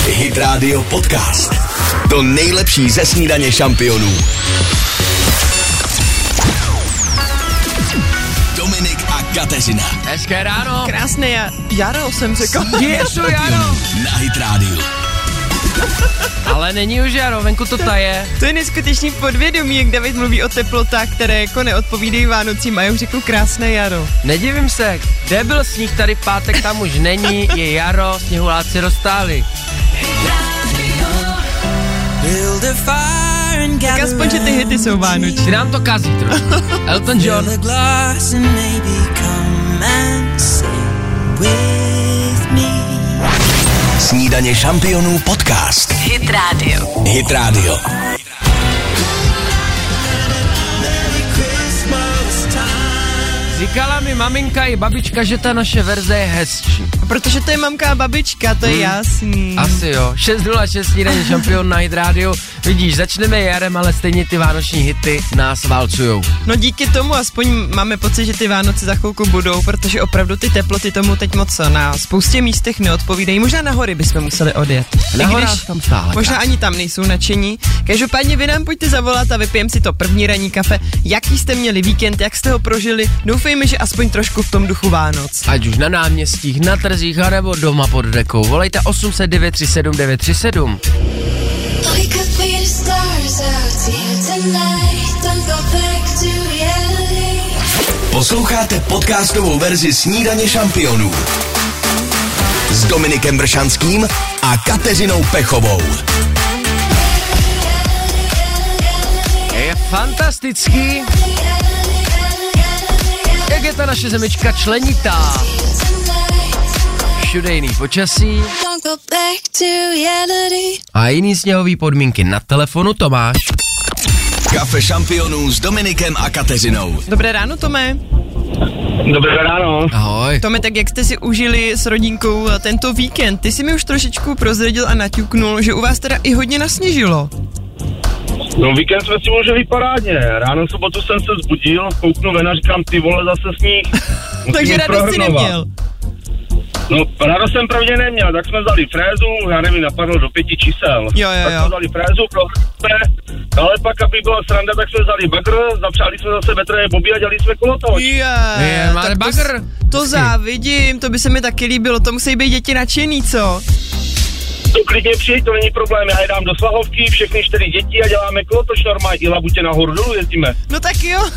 Hit Radio Podcast. To nejlepší ze snídaně šampionů. Dominik a Kateřina. Hezké ráno. Krásné jaro jsem řekl. Ježu, jaro. Na Hit Radio. Ale není už jaro, venku to taje. To je neskutečný podvědomí, jak David mluví o teplotách, které jako neodpovídají Vánocím, a já už řekl krásné jaro. Nedivím se, kde byl sníh, tady v pátek, tam už není, je jaro, sněhuláci roztáli. Tak aspoň, že ty hity jsou vánoční. Ty nám to kazí trošku. Elton John. Snídaně šampionů podcast. Hit Radio. Hit Radio. Říkala mi maminka i babička, že ta naše verze je hezčí. Protože to je mamka a babička, to je jasný. Asi jo. 6.06 snídaně šampion na Hit Radio. Vidíš, začneme jarem, ale stejně ty vánoční hity nás válcujou. No díky tomu aspoň máme pocit, že ty Vánoce za chvilku budou, protože opravdu ty teploty tomu teď moc na spoustě místech neodpovídají. Možná na hory bychom museli odjet. Na horách tam stále. Možná ani tam nejsou nadšení. Každopádně vy nám pojďte zavolat a vypijeme si to první ranní kafe. Jaký jste měli víkend, jak jste ho prožili? Doufejme, že aspoň trošku v tom duchu Vánoc. Ať už na náměstích, na trzích, anebo doma pod dekou. Volejte 800 937 937. Posloucháte podcastovou verzi Snídaně šampionů s Dominikem Bršanským a Kateřinou Pechovou. Je fantastický, jak je ta naše zemička členitá. Všude jiný počasí a jiný sněhový podmínky. Na telefonu Tomáš. Kafe šampionů s Dominikem a Kateřinou. Dobré ráno, Tome. Dobré ráno. Ahoj. Tome, tak jak jste si užili s rodinkou tento víkend? Ty jsi mi už trošičku prozradil a naťuknul, že u vás teda i hodně nasněžilo. No víkend jsme si užili parádně. Ráno v sobotu jsem se zbudil, kouknu ven a říkám, ty vole, zase sníh. Takže radost si neměl. No, radost jsem pravdě neměl, tak jsme vzali frézu, já nevím, napadlo do 5 čísel. Jo. Tak jsme vzali frézu, ale pak, aby byla sranda, tak jsme vzali bagr, zapřáli jsme zase vetré boby a dělali jsme kolotoč. Máte bagr? To závidím, to by se mi taky líbilo, to musí být děti nadšený, co? To klidně přijď, to není problém, já je dám do Svahovky, všechny 4 děti a děláme kolotoč normálně, i Labutě nahoru dolů jezdíme. No tak jo.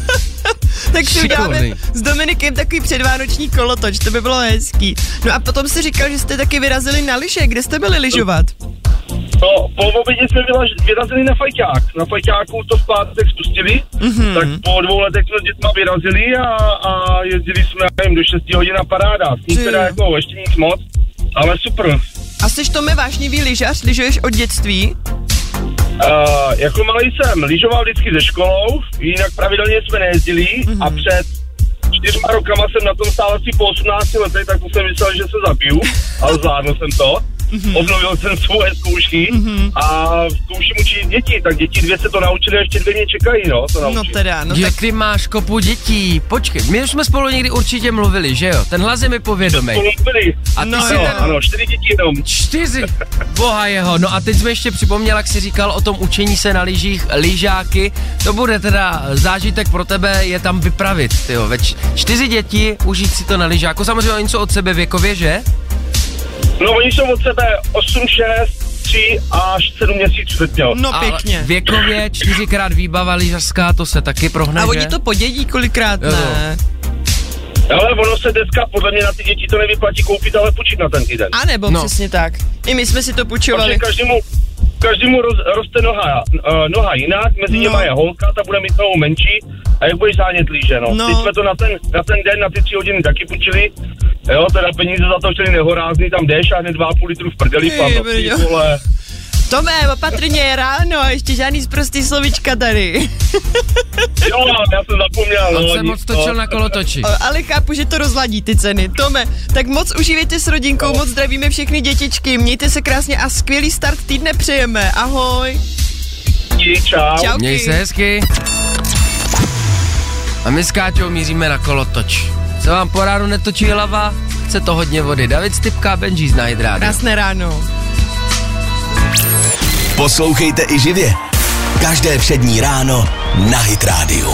Tak si uděláme s Dominikem takový předvánoční kolotoč, to by bylo hezký. No a potom si říkal, že jste taky vyrazili na lyže, kde jste byli lyžovat? No, po obědě jsme vyrazili na fajťák. Na fajťáku to v pátek spustili, tak po 2 letech jsme s dětma vyrazili a jezdili jsme, nevím, do 6 hodin na paráda. S tím teda jako ještě nic moc, ale super. A jsi Tome vášnivý lyžař, lyžuješ od dětství? Jako malý jsem lyžoval vždycky se školou, jinak pravidelně jsme nejezdili a před 4 rokama jsem na tom stál asi po 18 letech, tak jsem myslel, že se zabiju, ale zvládl jsem to. Obnovil jsem svoje zkoušky a zkouším učit děti, tak děti 2 se to naučili a ještě 2 mě čekají, no, to naučit. No teda, no Jak tak... ty máš kopu dětí, počkej, my už jsme spolu někdy určitě mluvili, že jo? Ten hlas je mi povědomej. A ty si ten... Ano, 4 děti jenom. 4, boha jeho, no a teď jsme ještě připomněl, jak jsi říkal o tom učení se na lyžích, lyžáky, to bude teda zážitek pro tebe je tam vypravit, tyjo, 4 děti, užít si to na lyžáku, samozřejmě něco od sebe věkově, že? No oni jsou od sebe 8, 6, 3 až 7 měsíců teď měl. No pěkně. A věkově 4x výbava lyžařská, to se taky prohne, a že? oni to podědí kolikrát, ne? Ale ono se dneska podle mě na ty děti to nevyplatí koupit, ale půjčit na ten týden. A nebo přesně tak. I my jsme si to půjčovali. Každému roste noha jinak, mezi něma je holka, ta bude mít nohu menší a jak budeš zánět líže, no. Teď jsme to na ten den, na ty 3 hodiny taky půjčili, jo, teda peníze za to chtěli nehorázný, tam jdeš a hned 2,5 litru v prdeli, vole. Tome, opatrně je ráno a ještě žádný sprostý slovíčka tady. Jo, já jsem zapomněl. On se moc točil na kolotoči. Ale chápu, že to rozladí ty ceny. Tome, tak moc užívejte s rodinkou, moc zdravíme všechny dětičky, mějte se krásně a skvělý start týdne přejeme. Ahoj. Čau. Čauky. Měj se hezky. A my s Káťou míříme na kolotoč. Se vám po ránu netočí hlava? Chce to hodně vody. David Stypka, Benji z Night Radio. Krásné ráno. Poslouchejte i živě. Každé přední ráno na Hit Radio.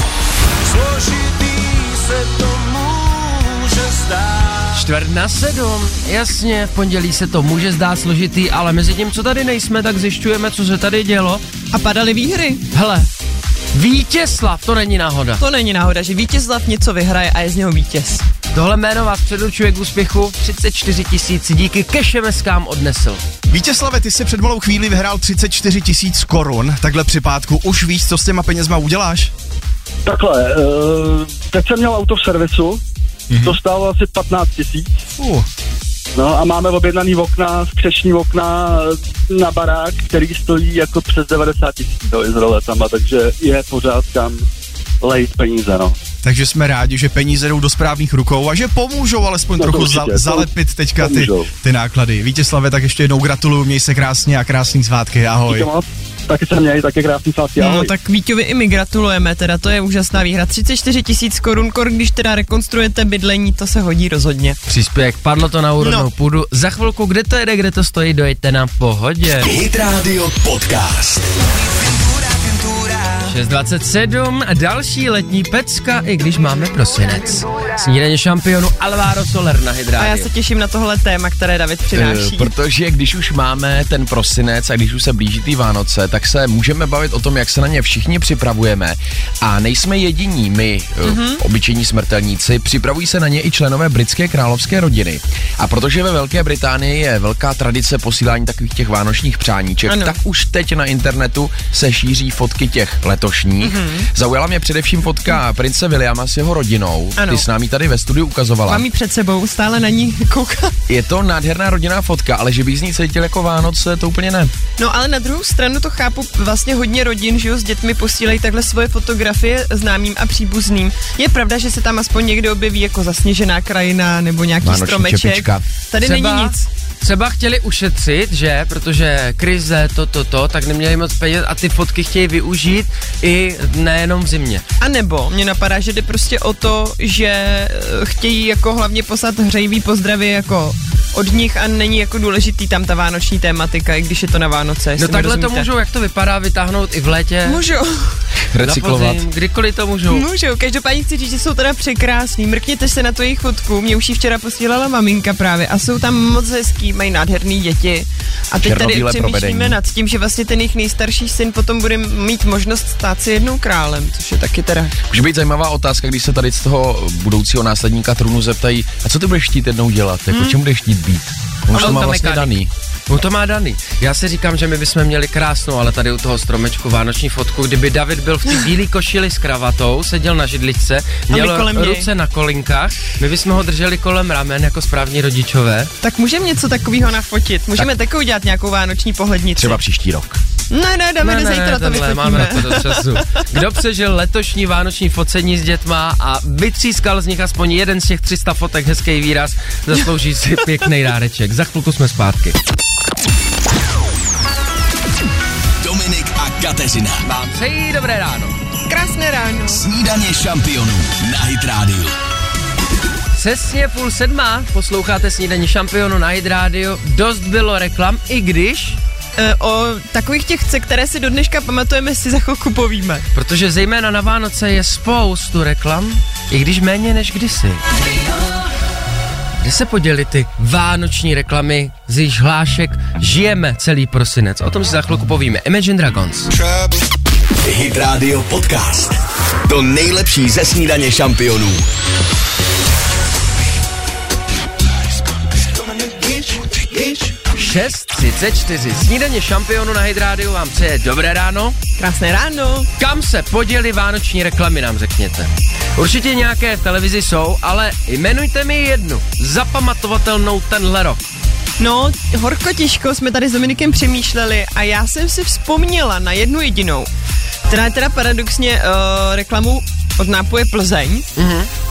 Čtvrt na 7, jasně, v pondělí se to může zdát složitý, ale mezi tím, co tady nejsme, tak zjišťujeme, co se tady dělo. A padaly výhry. Hele, Vítězslav, to není náhoda. To není náhoda, že Vítězslav něco vyhraje a je z něho vítěz. Tohle jméno vás předurčuje k úspěchu, 34 000 díky kešemeskám odnesl. Vítězslave, ty jsi před malou chvíli vyhrál 34 000 korun, takhle při pátku. Už víš, co s těma penězma uděláš? Takhle, teď jsem měl auto v servisu, to stálo asi 15 000. No a máme objednaný okna, skřešní okna na barák, který stojí jako přes 90 000 s roletama, takže je pořád kam lejt peníze, no. Takže jsme rádi, že peníze jdou do správných rukou a že pomůžou alespoň trochu určitě, zalepit teďka ty náklady. Vítězslave, tak ještě jednou gratuluju, měj se krásně a krásný svátky, ahoj. Taky se měj, taky krásný svátky, ahoj. No tak Víťovi i my gratulujeme, teda to je úžasná výhra. 34 000 korun, když teda rekonstruujete bydlení, to se hodí rozhodně. Příspěvek, padlo to na úrodnou půdu. Za chvilku, kde to jede, kde to stojí, dojďte na pohodě. Hit Radio Podcast. 6:27 a další letní pecka, i když máme prosinec. Snídaně šampionu Alvaro Soler na Hit Radio. A já se těším na tohle téma, které David přináší. Protože když už máme ten prosinec a když už se blíží ty Vánoce, tak se můžeme bavit o tom, jak se na ně všichni připravujeme. A nejsme jediní my, obyčejní smrtelníci, připravují se na ně i členové britské královské rodiny. A protože ve Velké Británii je velká tradice posílání takových těch vánočních přáníček, tak už teď na internetu se šíří fotky těch letošních. Zaujala mě především fotka prince Williama s jeho rodinou. Ty s námi tady ve studiu ukazovala. Mám ji před sebou, stále na ní koukám. Je to nádherná rodinná fotka, ale že bych z ní cítil jako Vánoce, to úplně ne. No ale na druhou stranu to chápu, vlastně hodně rodin, že jo, s dětmi posílají takhle svoje fotografie známým a příbuzným. Je pravda, že se tam aspoň někde objeví jako zasněžená krajina nebo nějaký vánoční stromeček. Čepička. Tady není nic. Třeba chtěli ušetřit, že? Protože krize, tak neměli moc peněz a ty fotky chtějí využít i nejenom v zimě. A nebo mě napadá, že jde prostě o to, že chtějí jako hlavně poslat hřejivý pozdravy jako od nich a není jako důležitý tam ta vánoční tématika, i když je to na Vánoce. No takhle to můžou, jak to vypadá, vytáhnout i v létě. Můžou. Recyklovat. Kdykoliv to můžou. Můžou, každopádně chci říct, že jsou teda překrásný. Mrkněte se na tu jejich fotku, mě už ji včera posílala maminka právě a jsou tam moc hezký, mají nádherný děti. A teď tady přemýšlíme nad tím, že vlastně ten jejich nejstarší syn potom bude mít možnost stát si jednou králem, což je taky teda. Může být zajímavá otázka, když se tady z toho budoucího následníka trůnu zeptají, a co ty budeš chtít jednou dělat, jako čemu budeš chtít být? On to má vlastně daný. On to má daný. Já si říkám, že my bychom měli krásnou, ale tady u toho stromečku vánoční fotku, kdyby David byl v té bílé košili s kravatou, seděl na židličce, měl ruce na kolinkách, my bychom ho drželi kolem ramen jako správní rodičové. Tak můžeme něco takového nafotit, můžeme takovou dělat nějakou vánoční pohlednici. Třeba příští rok. Ne, Davide, zítra to vyfotíme. Máme na to do času. Kdo přežil letošní vánoční focení s dětma a vytřískal z nich aspoň jeden z těch 300 fotek, hezký výraz, zaslouží si pěkný dáreček. Za chvilku jsme zpátky. Dominik a Kateřina. Vám přeji dobré ráno. Krásné ráno. Snídaně šampionů na Hit Radio. Přesně 6:30, posloucháte Snídaně šampionu na Hit Radio. Dost bylo reklam, i když... O takových těch, které si do dneška pamatujeme, si za chvilku povíme. Protože zejména na Vánoce je spoustu reklam, i když méně než kdysi. Kde se poděly ty vánoční reklamy, z jejich hlášek žijeme celý prosinec? O tom si za chvilku povíme. Imagine Dragons. Hit Radio Podcast. To nejlepší ze Snídaně šampionů. Šest 34. Snídaně šampionu na Hit Radio vám přeje dobré ráno. Krásné ráno. Kam se poděly vánoční reklamy, nám řekněte. Určitě nějaké v televizi jsou, ale jmenujte mi jednu zapamatovatelnou tenhle rok. No, horko těžko jsme tady s Dominikem přemýšleli a já jsem si vzpomněla na jednu jedinou, která je teda paradoxně reklamu od nápoje Plzeň,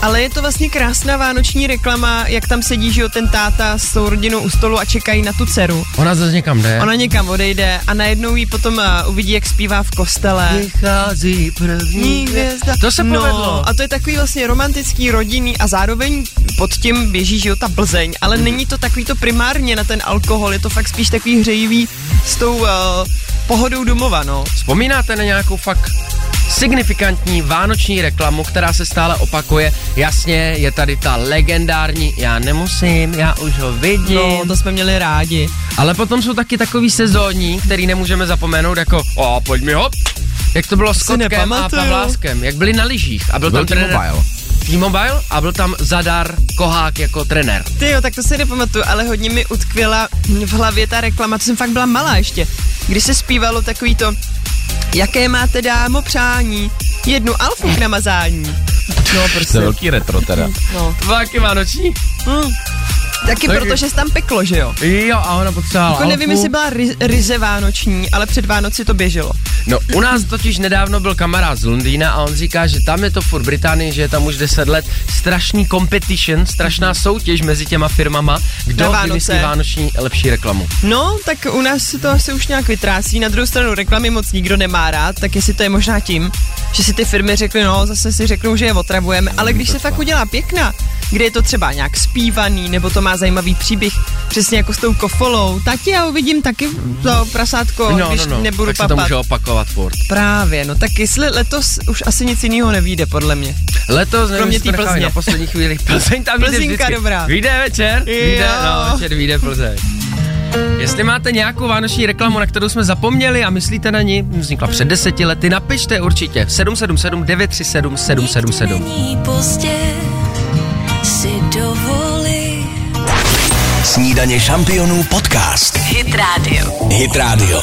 Ale je to vlastně krásná vánoční reklama, jak tam sedí, že jo, ten táta s tou rodinou u stolu a čekají na tu dceru. Ona zase někam jde. Ona někam odejde a najednou jí potom uvidí, jak zpívá v kostele. Vychází první hvězda. To se povedlo. A to je takový vlastně romantický, rodinný a zároveň pod tím běží, že jo, ta Plzeň, ale není to takový to primárně na ten alkohol, je to fakt spíš takový hřejivý s tou pohodou domova, no. Vzpomínáte na nějakou fakt signifikantní vánoční reklamu, která se stále opakuje? Jasně, je tady ta legendární já nemusím, já už ho vidím. No, to jsme měli rádi. Ale potom jsou taky takový sezónní, který nemůžeme zapomenout, jako pojď mi hop. Jak to bylo s Kotkem a Pavláskem, jak byli na lyžích a byl tam trenér T-Mobile a byl tam Zadar Kohák jako trenér. Tyjo, tak to si nepamatuju, ale hodně mi utkvěla v hlavě ta reklama, to jsem fakt byla malá ještě, když se zpívalo takový to, jaké máte dámo přání, jednu alfu k namazání. No, prostě. To je velký retro teda. No. To bylo taky vánoční. Taky protože se tam peklo, že jo? Jo, a ona potřebovala jako nevím, jestli byla ryze vánoční, ale před Vánoci to běželo. No, u nás totiž nedávno byl kamarád z Londýna a on říká, že tam je to furt Británii, že je tam už 10 let strašný competition, strašná soutěž mezi těma firmama, kdo vymyslí vánoční lepší reklamu. No, tak u nás se to asi už nějak vytrácí, na druhou stranu reklamy moc nikdo nemá rád, tak jestli to je možná tím, že si ty firmy řekly, no, zase si řeknou, že je otravujeme, ale když se fakt udělá pěkná, kde je to třeba nějak zpívaný, nebo to má zajímavý příběh, přesně jako s tou kofolou. Tati, já uvidím taky to prasátko, když nebudu tak papat. Tak se to může opakovat furt. Právě, no tak jestli letos už asi nic jiného nevyjde, podle mě. Letos, nevím, jestli to nechali na poslední chvíli. Plzeň tam vyjde vždycky. Dobrá. Vyjde večer? Vyjde Plzeň. Jestli máte nějakou vánoční reklamu, na kterou jsme zapomněli a myslíte na ní, vznikla před 10 lety, napište určitě 777 937 777. Si dovolit. Snídaně šampionů podcast. Hit Radio. Hit Radio.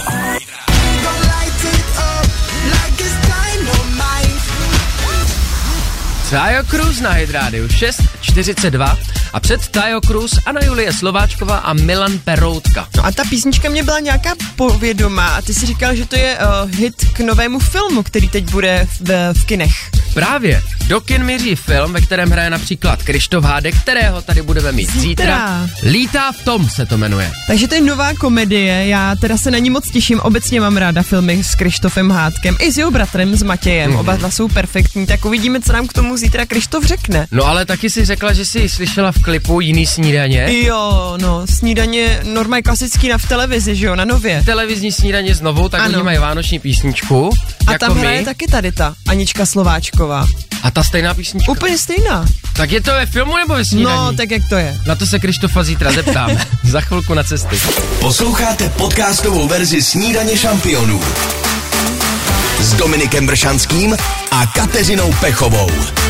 Taio Cruz na Hit Radio 6:42 a před Taio Cruz Anna Julie Slováčková a Milan Peroutka. No a ta písnička mě byla nějaká povědomá a ty si říkal, že to je hit k novému filmu, který teď bude v kinech. Právě. Do kin míří film, ve kterém hraje například Krištof Hádek, kterého tady budeme mít zítra. Lítá v tom se to jmenuje. Takže to je nová komedie, já teda se na ní moc těším, obecně mám ráda filmy s Krištofem Hádkem i s jeho bratrem, s Matějem, oba dva jsou perfektní, tak uvidíme, co nám k tomu zítra Krištof řekne. No ale taky si řekla, že jsi slyšela v klipu Jiný snídaně. Jo, no, snídaně normálně klasický v televizi, že jo, na Nově. Televizní snídaně znovu, tak oni mají vánoční písničku. A tam hraje taky tady ta Anička Slováčková. A ta stejná písnička? Úplně stejná. Tak je to ve filmu nebo ve snídaní? No, tak jak to je. Na to se Krištofa zítra zeptáme. Za chvilku na cesty. Posloucháte podcastovou verzi Snídaně šampionů s Dominikem Bršanským a Kateřinou Pechovou.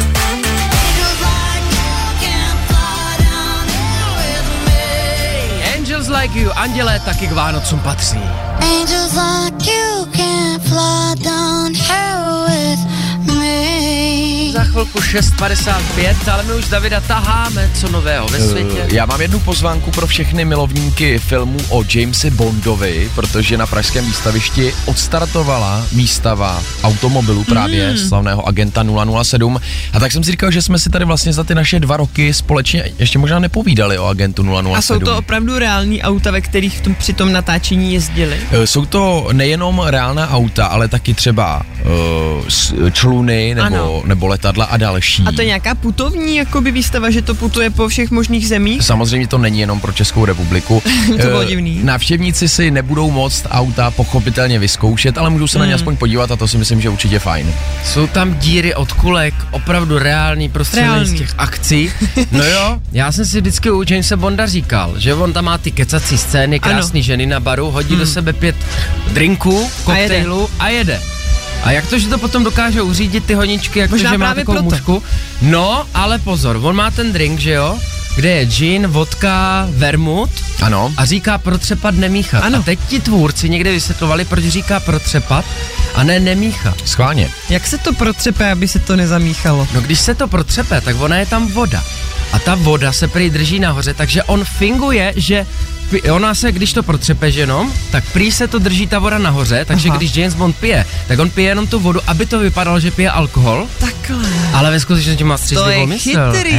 Angels Like You, andělé taky k Vánocům patří. Angels like you can't fly down here with me. Za chvilku 6:55, ale my už Davida taháme, co nového ve světě. Já mám jednu pozvánku pro všechny milovníky filmů o Jamesi Bondovi, protože na pražském výstavišti odstartovala výstava automobilů právě slavného agenta 007. A tak jsem si říkal, že jsme si tady vlastně za ty naše 2 roky společně ještě možná nepovídali o agentu 007. A jsou to opravdu reální auta, ve kterých při tom natáčení jezdili? Jsou to nejenom reálná auta, ale taky třeba čluny nebo letadla a další. A to je nějaká putovní jakoby výstava, že to putuje po všech možných zemích? Samozřejmě to není jenom pro Českou republiku. To bylo divný. Návštěvníci si nebudou moct auta pochopitelně vyzkoušet, ale můžou se na ně aspoň podívat a to si myslím, že určitě fajn. Jsou tam díry od kulek, opravdu reální prostředí z těch akcí. No jo, já jsem si vždycky u Jamesa Bonda říkal, že on tam má ty kecací scény, krásný ženy na baru, hodí do sebe 5 drinků, koktejlů a jede. A jak to, že to potom dokáže uřídit ty honičky, jak to, že má takovou mužku? No, ale pozor, on má ten drink, že jo? Kde je gin, vodka, vermut. Ano. A říká protřepat, nemíchat. Ano. A teď ti tvůrci někde vysvětlovali, proč říká protřepat a ne nemíchat. Schválně. Jak se to protřepe, aby se to nezamíchalo? No když se to protřepe, tak ona je tam voda. A ta voda se prý drží nahoře, takže on finguje, že ona se, když to protřepe ženom, tak prý se to drží ta voda nahoře, takže když James Bond pije, tak on pije jenom tu vodu, aby to vypadalo, že pije alkohol. Takhle. Ale ve skutečnosti má střízlivou mysl. To je chytrý.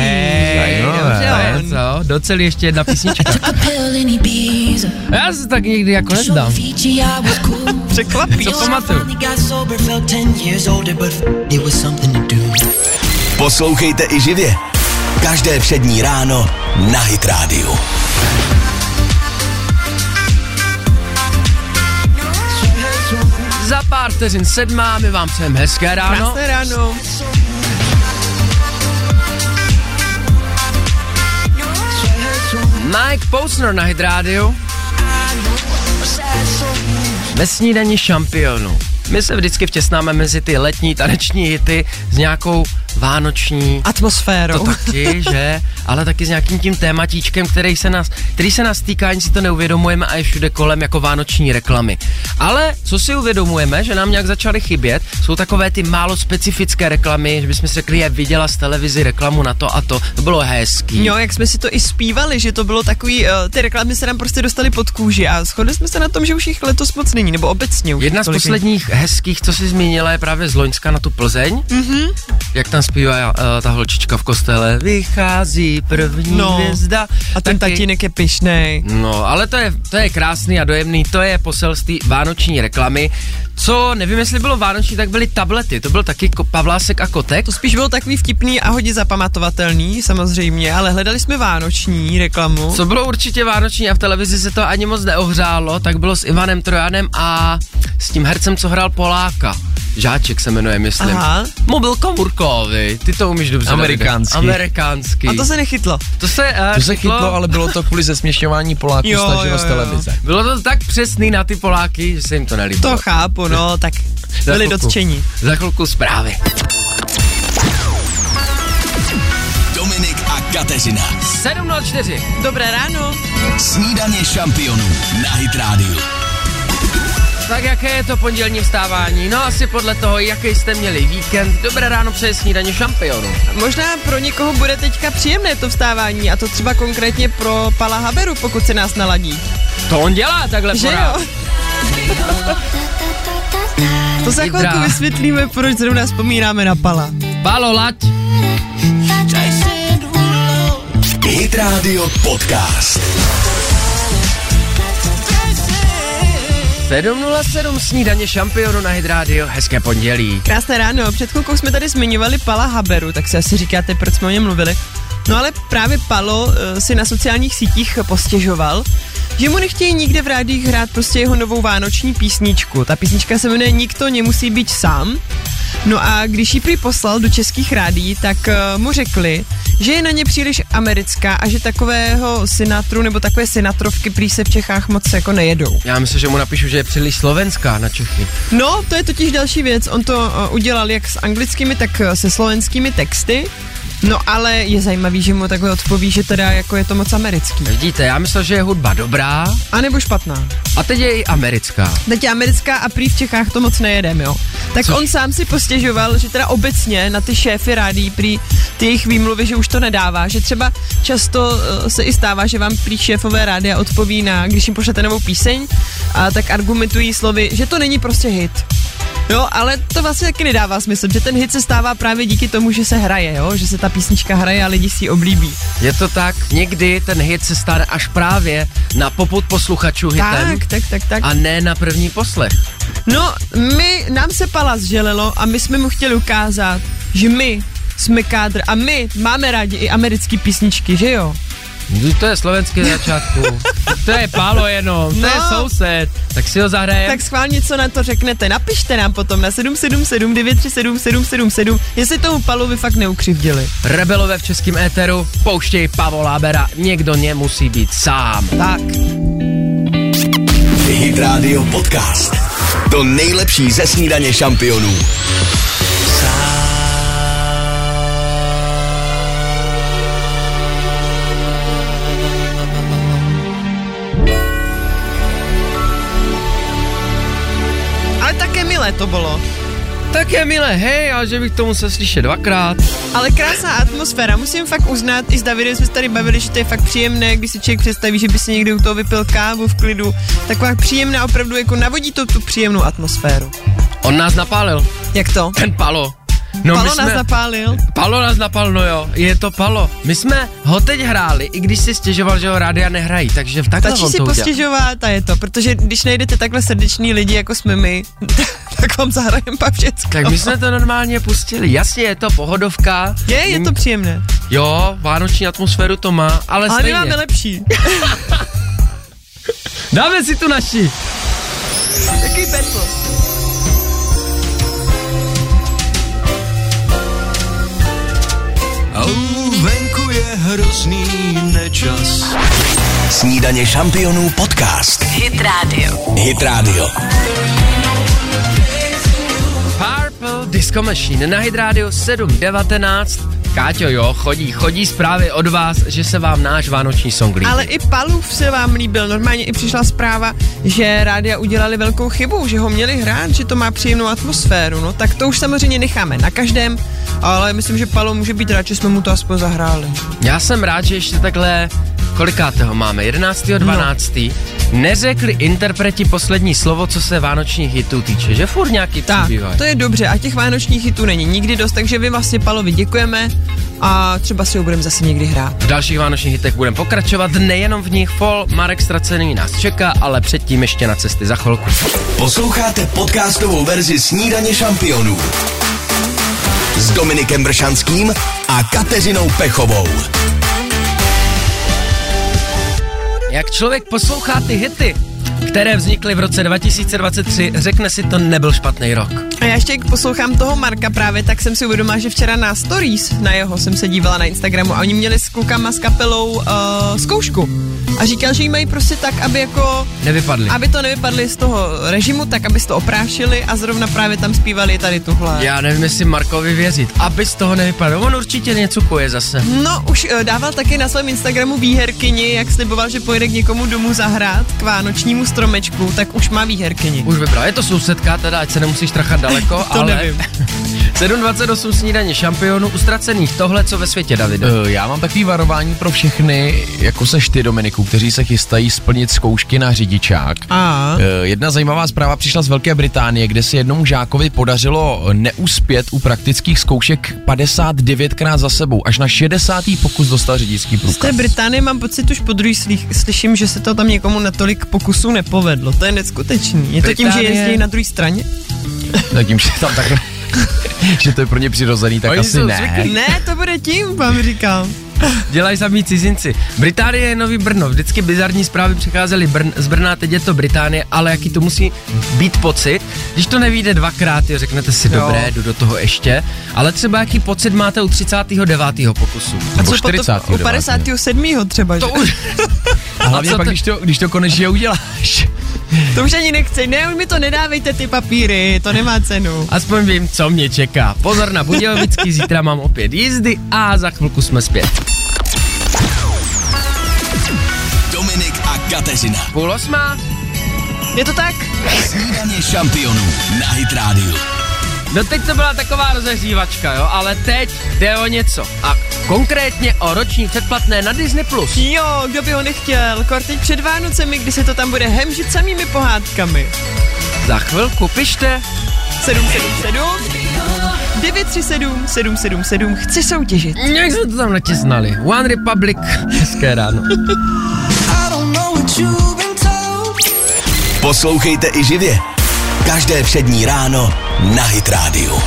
Doceli ještě jedna písnička. Já se tak nikdy jako nezdám. Překvapí. Co pamatuju? Poslouchejte i živě. Každé všední ráno na Hit Radio. Za pár vteřin 7, my vám přejeme hezké ráno. Krásné ráno. Mike Posner na Hit Radio. Ve snídani šampionů. My se vždycky vtěsnáme mezi ty letní taneční hity s nějakou vánoční atmosférou. To taky, že? Ale taky s nějakým tím tématíčkem, který se nás týká, ani si to neuvědomujeme a je všude kolem jako vánoční reklamy. Ale co si uvědomujeme, že nám nějak začaly chybět, jsou takové ty málo specifické reklamy, že bychom si řekli, viděla z televizi reklamu na to a to bylo hezký. Jo, jak jsme si to i zpívali, že to bylo takový, ty reklamy se nám prostě dostaly pod kůži a shodli jsme se na tom, že už jich letos moc není, nebo obecně už. Jedna z posledních hezkých, co si zmínila, je právě z Loňska na tu Plzeň. Jak tam zpívá ta holčička v kostele. Vychází první hvězda. A ten tatínek je pyšnej. No, ale to je krásný a dojemný, to je poselství vánoční reklamy. Co, nevím, jestli bylo vánoční, tak byly tablety, to byl taky Pavlásek a Kotek. To spíš bylo takový vtipný a hodně zapamatovatelný, samozřejmě, ale hledali jsme vánoční reklamu. Co bylo určitě vánoční a v televizi se to ani moc neohřálo, tak bylo s Ivanem Trojanem a s tím hercem, co hrál Poláka. Žáček se jmenuje, myslím. Aha. Mobil komůrkový, ty to umíš dobře. Amerikánský. A to se nechytlo. To se chytlo, ale bylo to kvůli zesměšňování Poláků staženo z televize. Bylo to tak přesný na ty Poláky, že se jim to nelíbilo. To chápu, no, tak byli dotčení. Za chvilku zprávy. Dominik a Kateřina. 7:04. Dobré ráno. Snídaně šampionů na Hit Radio. Tak jaké je to pondělní vstávání? No asi podle toho, jaký jste měli víkend. Dobré ráno přeje snídaně šampionu. Možná pro někoho bude teďka příjemné to vstávání a to třeba konkrétně pro Pala Haberu, pokud se nás naladí. To on dělá takhle porád. To za chvilku vysvětlíme, proč zrovna vzpomínáme na Pala. Palo, laď. Hit Radio Podcast. 7:07 snídaně šampionu na Hit Radio, hezké pondělí. Krásné ráno, před chvilkou jsme tady zmiňovali Pala Haberu, tak si asi říkáte, proč jsme o něm mluvili. No ale právě Palo si na sociálních sítích postěžoval, že mu nechtějí nikde v rádiích hrát prostě jeho novou vánoční písničku. Ta písnička se jmenuje Nikdo nemusí být sám. No a když ji prý poslal do českých rádií, tak mu řekli, že je na ně příliš americká a že takového Sinatru nebo takové Sinatrovky prý se v Čechách moc jako nejedou. Já myslím, že mu napíšu, že je příliš slovenská na Čechy. No, to je totiž další věc. On to udělal jak s anglickými, tak se slovenskými texty. No ale je zajímavý, že mu takhle odpoví, že teda jako je to moc americký. Vidíte, já myslel, že je hudba dobrá. A nebo špatná. A teď je i americká. Teď je americká a prý v Čechách to moc nejedem, jo. Tak on sám si postěžoval, že teda obecně na ty šéfy rádií prý ty jejich výmluvy, že už to nedává, že třeba často se i stává, že vám prý šéfové rádia odpoví když jim pošlete novou píseň, a tak argumentují slovy, že to není prostě hit. Jo, ale to vlastně taky nedává smysl, že ten hit se stává právě díky tomu, že se hraje, jo, že se ta písnička hraje a lidi si ji oblíbí. Je to tak, někdy ten hit se stane až právě na popud posluchačů hitem. Tak. A ne na první poslech. No, nám se Pala zželelo a my jsme mu chtěli ukázat, že my jsme kádr a my máme rádi i americké písničky, že jo? To je slovenský začátku. To je Pálo jenom, to je soused. Tak si ho zahrajem. Tak schválně, co na to řeknete. Napište nám potom na 777 937 777, jestli tomu Palovi fakt neukřivdili. Rebelové v českém éteru pouštěj Pavla Habera. Někdo nemusí být sám. Tak. Hit Radio Podcast. To nejlepší ze snídaně šampionů. Ale také milé to bylo. Tak je milé, hej, ale že bych to musel slyšet dvakrát. Ale krásná atmosféra, musím fakt uznat, i s Davidem jsme se tady bavili, že to je fakt příjemné, když si člověk představí, že by si někdy u toho vypil kávu v klidu. Taková příjemná, opravdu jako navodí to tu příjemnou atmosféru. On nás napálil. Jak to? Ten Palo. No, Palo nás napálil. Palo nás napálil, no jo, je to Palo. My jsme ho teď hráli, i když si stěžoval, že ho rádia nehrají, takže v takhle Stačí on si to udělal. postěžovat a je to, protože když najdete takhle srdeční lidi, jako jsme my, tak vám zahrajem pak všecko. Tak my jsme to normálně pustili, jasně, je to pohodovka. Je to příjemné. Jo, vánoční atmosféru to má, ale my stejně. máme lepší. Dáme si tu naši. Takový petl. Venku je hrozný nečas. Snídaně šampionů podcast. Hit Radio. Hit Radio. Purple Disco Machine na Hit Radio 7:19. Káťo, jo, chodí zprávy od vás, že se vám náš vánoční song líbí. Ale i Palův se vám líbil, normálně i přišla zpráva, že rádia udělali velkou chybu, že ho měli hrát, že to má příjemnou atmosféru, no tak to už samozřejmě necháme na každém, ale myslím, že Palo může být rád, že jsme mu to aspoň zahráli. Já jsem rád, že ještě takhle, kolikátého máme, 11.12. No. Neřekli interpreti poslední slovo, co se vánočních hitů týče, že furt nějaký přibývají. To je dobře a těch vánočních hitů není nikdy dost, takže vy vlastně Palovi děkujeme a třeba si ho budeme zase někdy hrát. V dalších vánočních hitech budeme pokračovat, nejenom v nich, Fall, Marek Ztracený nás čeká, ale předtím ještě na cesty za chvilku. Posloucháte podcastovou verzi Snídaně šampionů s Dominikem Bršanským a Kateřinou Pechovou. Jak člověk poslouchá ty hity, které vznikly v roce 2023, řekne si, to nebyl špatný rok. A já ještě jak poslouchám toho Marka právě, tak jsem si uvědomila, že včera na stories na jeho jsem se dívala na Instagramu a oni měli s klukama s kapelou zkoušku. A říkal, že jí mají prostě tak, aby jako... Nevypadli. Aby to nevypadli z toho režimu, tak aby to oprášili a zrovna právě tam zpívali tady tuhle. Já nevím, jestli Markovi věřit, aby z toho nevypadl. On určitě něco kuje zase. No, už dával taky na svém Instagramu výherkyni, jak sliboval, že pojede k někomu domů zahrát k vánočnímu stromečku, tak už má výherkyni. Už vybral, je to sousedka, teda ať se nemusíš trachat daleko, to ale... nevím. 7:28 Snídaně šampionů ustracených, tohle co ve světě, Davide. Já mám takový varování pro všechny, jako seš ty, Dominiku, kteří se chystají splnit zkoušky na řidičák. Jedna zajímavá zpráva přišla z Velké Británie, kde se jednomu žákovi podařilo neuspět u praktických zkoušek 59krát za sebou. Až na 60. pokus dostal řidičský průkaz. Z té Británie mám pocit, už po druhý slyším, že se to tam někomu na tolik pokusů nepovedlo. To je neskutečný. Je to tím, že jezdí na druhé straně? Tak tím, že tam takhle... že to je pro ně přirozený, tak oni asi ne. Zvyklí. Ne, to bude tím, vám říkám. Dělají samí cizinci. Británie je nový Brno. Vždycky bizarní zprávy přicházely z Brna, teď je to Británie, ale jaký to musí být pocit, když to nevyjde dvakrát, jo, řeknete si, dobré, jdu do toho ještě, ale třeba jaký pocit máte u 39. pokusu. A co 40. potom, u 57. třeba, To že? už... A hlavně pak, když to konečně uděláš. To už ani nechci, ne, už mi to nedávejte ty papíry, to nemá cenu. Aspoň vím, co mě čeká. Pozor na Budějovický, zítra mám opět jízdy a za chvilku jsme zpět. Dominik a Kateřina. 7:30. Je to tak? Snídaně šampionů na Hit Radio. No teď to byla taková rozehřívačka, jo, ale teď jde o něco. A konkrétně o roční předplatné na Disney+. Jo, kdo by ho nechtěl, kor teď před Vánocemi, kdy se to tam bude hemžit samými pohádkami. Za chvilku pište 777 937 777, chci soutěžit. Jak jsme to tam natěsnali. One Republic, hezké ráno. Poslouchejte i živě. Každé přední ráno na Hit Radio.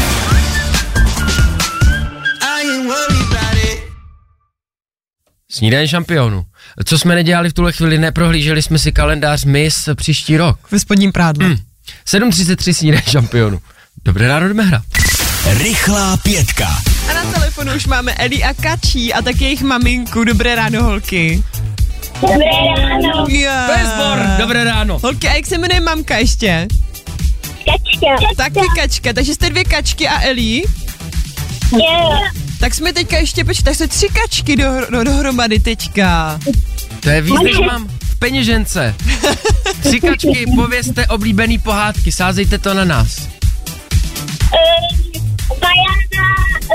Snídaně šampionů. Co jsme nedělali v tuhle chvíli, neprohlíželi jsme si kalendář Miss příští rok. Ve spodním prádle. 7:33 Snídaně šampionů. Dobré ráno, jdeme hrát. Rychlá pětka. A na telefonu už máme Eli a Kačí a tak jejich maminku. Dobré ráno, holky. Dobré ráno. Yeah. To je zbor. Dobré ráno. Holky, a jak se jmenuje mamka ještě? Kačka. Taky Kačka, takže jste 2 Kačky a Eli? Jo. Tak jsme teďka ještě, tak jste 3 Kačky dohromady teďka. To je víc, než mám v peněžence. 3 kačky, povězte oblíbený pohádky, sázejte to na nás. Vajana,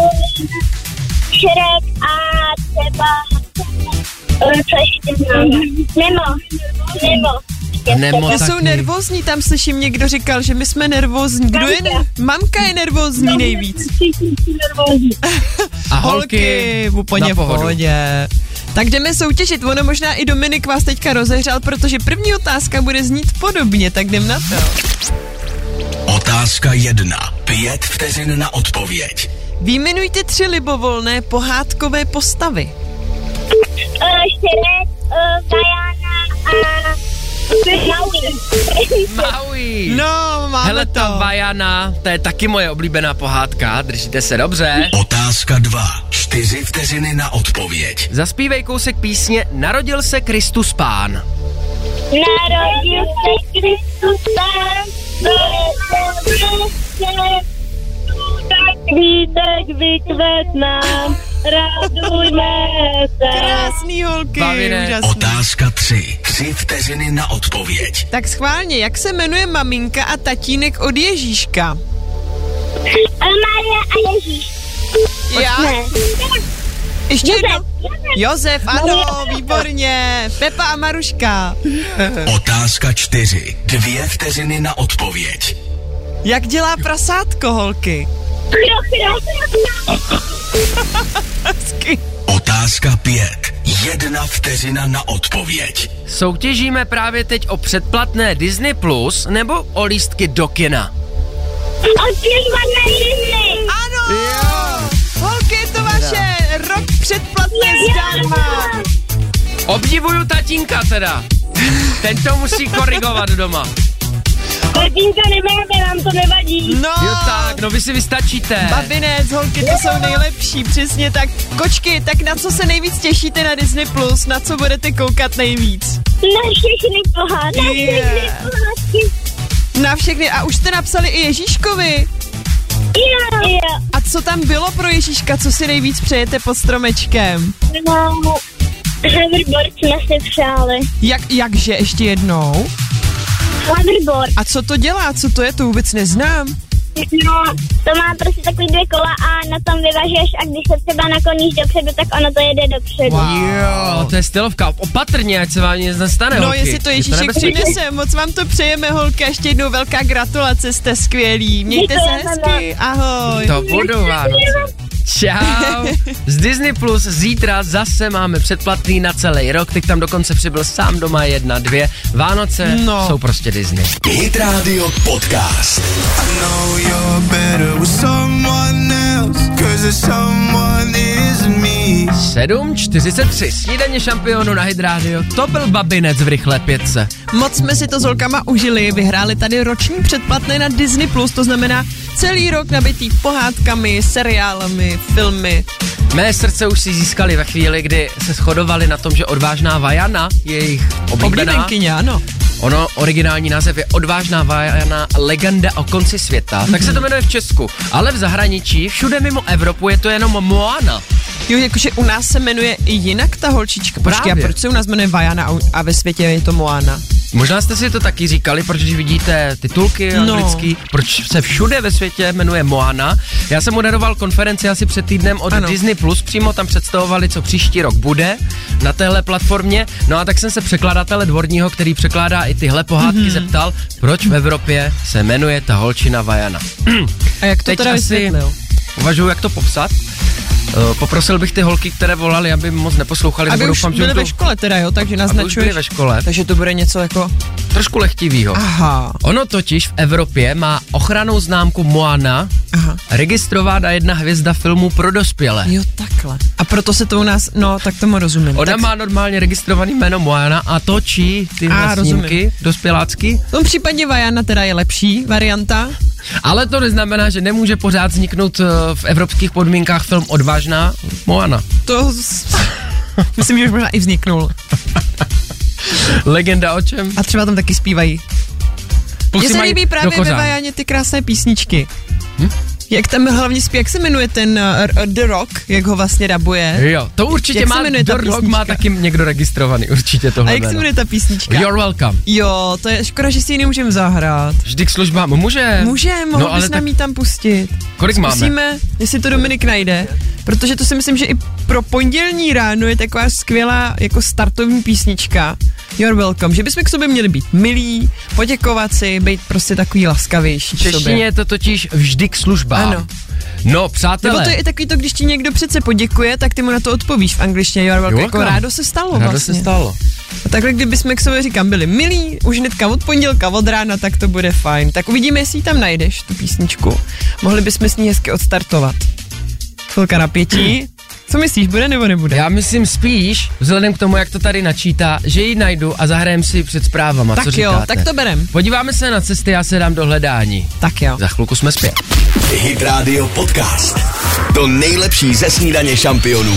Šrek a třeba... Co ještě mám? Nemo. Jsou nervózní, tam slyším, někdo říkal, že my jsme nervózní. Kdo je Mamka je nervózní nejvíc. A holky úplně v pohodě. Tak jdeme soutěžit, ono možná i Dominik vás teďka rozehřál, protože první otázka bude znít podobně, tak jdem na to. Otázka 1. 5 vteřin na odpověď. Vyjmenujte 3 libovolné pohádkové postavy. Šrek, Vajana a Maui. No, máme hele, to. ta Vajana, to je taky moje oblíbená pohádka, držíte se dobře. Otázka 2. 4 vteřiny na odpověď. Zaspívej kousek písně Narodil se Kristus Pán. Narodil se Kristus Pán, kvítek vykvet nám, radujme se. Krásný holky, úžasný. Otázka 3. 3 vteřiny na odpověď. Tak schválně, jak se jmenuje maminka a tatínek od Ježíška? Maria a Ježíš. Já? Ještě jednou? Josef, ano, výborně. Pepa a Maruška. Otázka 4. 2 vteřiny na odpověď. Jak dělá prasátko, holky? Hezky. Otázka 5. 1 vteřina na odpověď. Soutěžíme právě teď o předplatné Disney Plus nebo o lístky do kina? Ano! Jo. Holky, to vaše rok předplatné zdarma. Obdivuju tatínka teda. Ten to musí korigovat doma. Tatínka nemáme, nám to nevadí. No. Jo tak, no vy si vystačíte. Babinec, holky, to jsou nejlepší, přesně tak. Kočky, tak na co se nejvíc těšíte na Disney Plus? Na co budete koukat nejvíc? Na všechny pohádky. Na všechny. A už jste napsali i Ježíškovi? Jo. A co tam bylo pro Ježíška? Co si nejvíc přejete pod stromečkem? No, hoverboard jsme si přáli. Jakže ještě jednou? Hoverboard. A co to dělá? Co to je? To vůbec neznám. No, to má prostě takový 2 kola a na tom vyvažuješ a když se třeba nakloníš dopředu, tak ono to jede dopředu. Jo, to je stylovka. Opatrně, ať se vám nic nestane, No, holky. jestli to Ježíšek přinese, moc vám to přejeme, holky, a ještě jednou velká gratulace, jste skvělí. Mějte se hezky, ahoj. To budou Vánoce. Čau. Z Disney Plus zítra zase máme předplatný na celý rok, teď tam dokonce přibyl Sám doma 1, 2. Vánoce jsou prostě Disney. Hit Radio Podcast. 7:43. Snídaně šampionu na Hit Radio. To byl Babinec v rychlé 5. Moc jsme si to s holkama užili, vyhráli tady roční předplatné na Disney Plus, to znamená celý rok nabitý pohádkami, seriálami, filmy. Mé srdce už si získali ve chvíli, kdy se shodovali na tom, že Odvážná Vajana je jejich oblíbená. Oblíbenkyně, ano. Ono, originální název je Odvážná Vajana, legenda o konci světa. Tak se to jmenuje v Česku, ale v zahraničí, všude mimo Evropu je to jenom Moana. Jo, jakože u nás se jmenuje i jinak ta holčička. Počkej, a proč se u nás jmenuje Vajana a ve světě je to Moana? Možná jste si to taky říkali, protože vidíte titulky anglický, proč se všude ve světě jmenuje Moana. Já jsem moderoval konferenci asi před týdnem od Disney Plus, přímo tam představovali, co příští rok bude na téhle platformě. No a tak jsem se překladatele Dvorního, který překládá i tyhle pohádky, zeptal, proč v Evropě se jmenuje ta holčina Vajana. A jak to teď teda vysvětlil? Uvažuji, jak to popsat. Poprosil bych ty holky, které volali, aby moc neposlouchali. Aby už doufám, byli ve škole teda, jo, takže naznačuješ. Aby už byli ve škole. Takže to bude něco jako... Trošku lehtivýho. Aha. Ono totiž v Evropě má ochrannou známku Moana, registrována 1 hvězda filmů pro dospělé. Jo, takhle. A proto se to u nás, no, tak tomu rozumím. Ona tak... má normálně registrovaný jméno Moana a točí tyhle snímky dospělácky. V tom případě Vajana teda je lepší varianta. Ale to neznamená, že nemůže pořád vzniknout v evropských podmínkách film Odvážná Moana. To myslím, že už možná i vzniknul. Legenda o čem? A třeba tam taky zpívají. Mně se líbí právě ve Vajaně ty krásné písničky. Jak tam hlavně jak se jmenuje ten The Rock, jak ho vlastně dabuje? Jo, to určitě má, The Rock má taky někdo registrovaný, určitě tohle. A jak se jmenuje ta písnička? You're welcome. Jo, to je škoda, že si ji nemůžeme zahrát. Vždy k službám, můžeme, mohl bys nám ji tam pustit. Kolik Zkusíme, máme? jestli to Dominik najde, protože to si myslím, že i pro pondělní ráno je taková skvělá jako startovní písnička. You're welcome, že bychom k sobě měli být milí, poděkovat si, být prostě takový laskavější. V češtině je to totiž vždy k službám. Ano. No, přátelé. Nebo to je i takový to, když ti někdo přece poděkuje, tak ty mu na to odpovíš v angličtině. You're welcome. Jako rádo se stalo rádo vlastně. se stalo. A takhle, kdybychom k sobě říkám byli milí, už hnedka od pondělka, od rána, tak to bude fajn. Tak uvidíme, jestli ji tam najdeš, tu písničku. Mohli bychom s ní hezky odstartovat. Chvilka napětí. Co myslíš, bude nebo nebude? Já myslím spíš, vzhledem k tomu, jak to tady načítá, že ji najdu a zahrajem si před zprávama, tak co říkáte? jo, tak to berem. Podíváme se na cesty, já se dám do hledání. Tak jo. Za chvilku jsme zpět. Hit Radio Podcast. To nejlepší ze snídaně šampionů.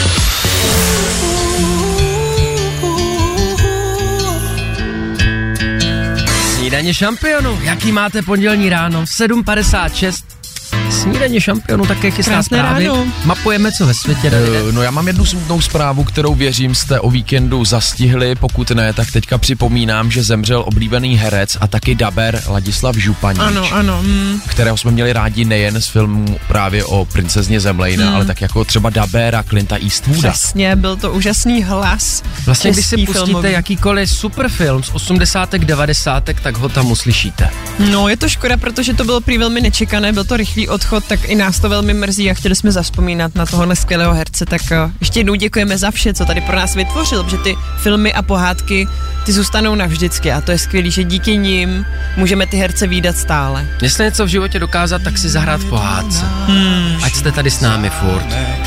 Snídaně šampionu, jaký máte pondělní ráno? 7:56. Snídaně šampionu také chystá Krásné zprávy. ráno. Mapujeme, co ve světě, Davide. No já mám jednu smutnou zprávu, kterou věřím jste o víkendu zastihli, pokud ne, tak teďka připomínám, že zemřel oblíbený herec a taky daber Ladislav Županíč. Ano. Kterého jsme měli rádi nejen z filmu právě o princezně Zemlejne, ale tak jako třeba dabéra Clinta Eastwooda. Přesně, byl to úžasný hlas. Vlastně, když si pustíte filmový. jakýkoliv superfilm z 80. 90. tak ho tam uslyšíte. No, je to škoda, protože to bylo prý velmi nečekané, byl to rychlý odchod, tak i nás to velmi mrzí a chtěli jsme zavzpomínat na tohohle skvělého herce, tak ještě jednou děkujeme za vše, co tady pro nás vytvořil, protože ty filmy a pohádky, ty zůstanou navždycky a to je skvělý, že díky nim můžeme ty herce vídat stále. Jestli něco v životě dokázat, tak si zahrát v pohádce. Ať jste tady s námi furt.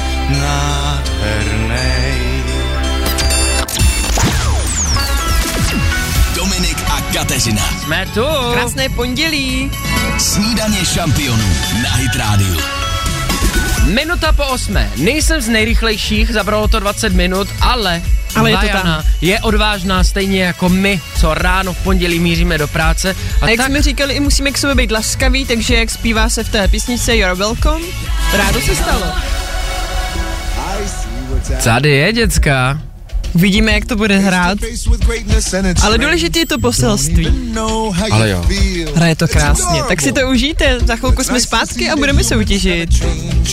Dominik a Kateřina. Jsme tu. Krásné pondělí. Snídaně šampionů na Hit Radio. 7:08. Nejsem z nejrychlejších, zabralo to 20 minut, ale je to Diana tam. je odvážná stejně jako my, co ráno v pondělí míříme do práce. A jak jsme říkali, i musíme k sobě být laskaví, takže jak zpívá se v té písničce You're welcome, rádo se stalo. Tady je, děcka. Uvidíme, jak to bude hrát, ale důležitý je to poselství. Ale jo. Hraje to krásně, tak si to užijte, za chvilku jsme zpátky a budeme soutěžit.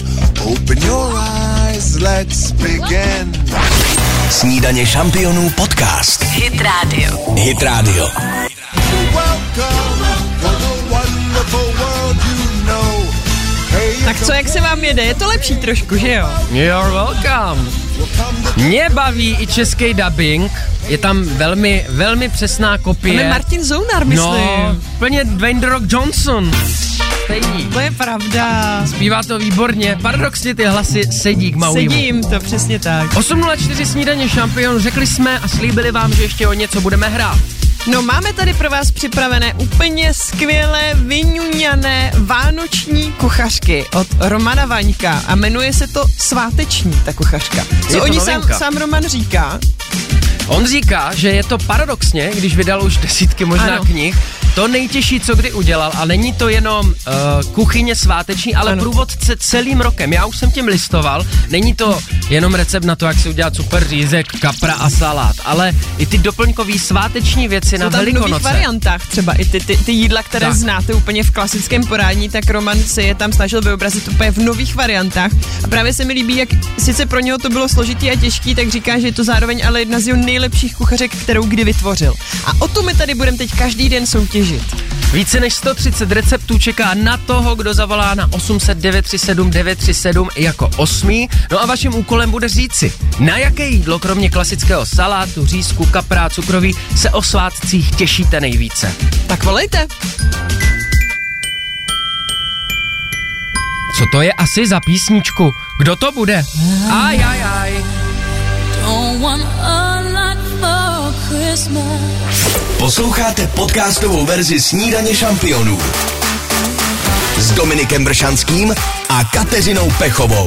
Snídaně šampionů podcast. Hit Radio. Hit Radio. Tak co, jak se vám jede? Je to lepší trošku, že jo? You're welcome. Mě baví i český dubbing, je tam velmi, velmi přesná kopie. Tam je Martin Zounar, myslím. No, plně Dwayne The Rock Johnson. Stejný. To je pravda. Zpívá to výborně, paradoxně ty hlasy sedí k Mauimu. Sedí jim to, přesně tak. 8:04 Snídaně šampion, řekli jsme a slíbili vám, že ještě o něco budeme hrát. No, máme tady pro vás připravené úplně skvělé, vyňuňané vánoční kuchařky od Romana Vaňka a jmenuje se to Sváteční, ta kuchařka. Co o ní sám Roman říká? On říká, že je to paradoxně, když vydal už desítky možná knih, to nejtěžší, co kdy udělal, a není to jenom kuchyně sváteční, ale průvodce celým rokem. Já už jsem tím listoval, není to jenom recept na to, jak si udělat super řízek, kapra a salát, ale i ty doplňkový sváteční věci na Velikonoce. V nových variantách třeba i ty jídla, které tak znáte úplně v klasickém podání, tak Roman si je tam snažil vyobrazit úplně v nových variantách. A právě se mi líbí, jak sice pro něho to bylo složitý a těžký, tak říká, že je to zároveň ale jedna z jeho nejlepších kuchařek, kterou kdy vytvořil. A o to my tady budeme teď každý den soutěžit. Více než 130 receptů čeká na toho, kdo zavolá na 800 937 937 jako 8. No a vaším úkolem bude říci, na jaké jídlo, kromě klasického salátu, řízku, kapra, cukroví, se o svátcích těšíte nejvíce. Tak volejte. Co to je asi za písničku? Kdo to bude? Aj. Posloucháte podcastovou verzi Snídaně šampionů s Dominikem Bršanským a Kateřinou Pechovou.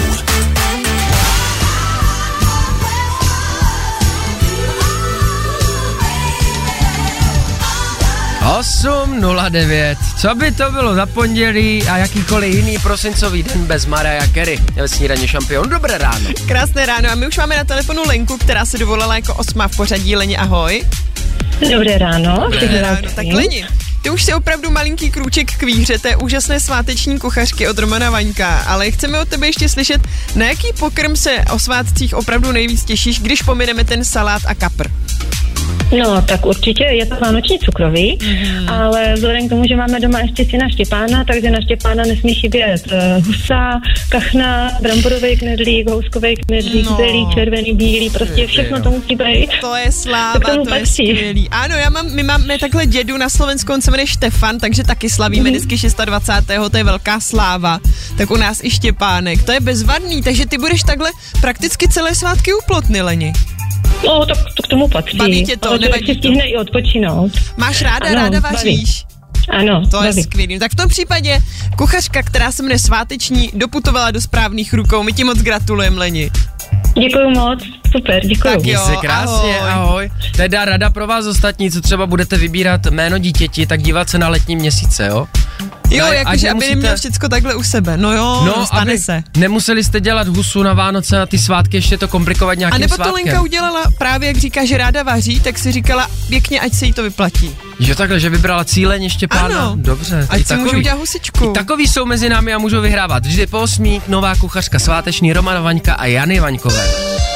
8:09. Co by to bylo za pondělí a jakýkoliv jiný prosincový den bez Mariah Carey ve Snídaně šampion. Dobré ráno. Krásné ráno a my už máme na telefonu Lenku, která se dovolala jako 8. v pořadí. Leni, ahoj. Dobré ráno. Dobré ráno. Tak Leni, ty už si opravdu malinký krůček k výhře té úžasné sváteční kuchařky od Romana Vaňka, ale chceme od tebe ještě slyšet, na jaký pokrm se o svátcích opravdu nejvíc těšíš, když pomineme ten salát a kapr. No, tak určitě je to vánoční cukroví, ale vzhledem k tomu, že máme doma ještě syna Štěpána, takže na Štěpána nesmí chybět husa, kachna, bramborový knedlík, houskový knedlík, zelí, červený, bílý, prostě všechno to musí být. To je sláva, to je skvělý. Ano, my máme takhle dědu na Slovensku, on se jmenuje Štefan, takže taky slavíme vždycky 26. To je velká sláva. Tak u nás i Štěpánek, to je bezvadný, takže ty budeš takhle prakticky celé svátky u Plotny, Leni. No, tak to k tomu patří. Baví tě to, ale nevadí to. Stihne i odpočinout. Máš ráda vaříš. Ano, to je skvělý. Tak v tom případě kuchařka, která se jmenuje Sváteční, doputovala do správných rukou. My ti moc gratulujeme, Leni. Děkuju moc, super, děkuju. Tak jo, se krásně, ahoj. Teda rada pro vás ostatní, co třeba budete vybírat jméno dítěti, tak dívat se na letní měsíce, jo? Jo, jakože aby neměl všecko takhle u sebe. No jo, stane se. Nemuseli jste dělat husu na Vánoce, na ty svátky, ještě to komplikovat nějakým svátkem. A nebo to Lenka udělala právě, jak říká, že ráda vaří, tak si říkala pěkně, ať se jí to vyplatí. Jo, takhle, že vybrala cíleně Štěpána. Ano, dobře. Ať si můžou udělat husičku. I takový jsou mezi námi a můžou vyhrávat. Vždy po 8. nová kuchařka sváteční Romana Vaňka a Jany Vaňkové.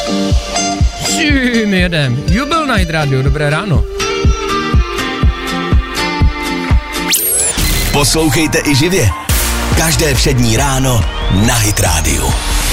My jedem. Jubel na Hit Radio, dobré ráno. Poslouchejte i živě. Každé všední ráno na Hit Radio.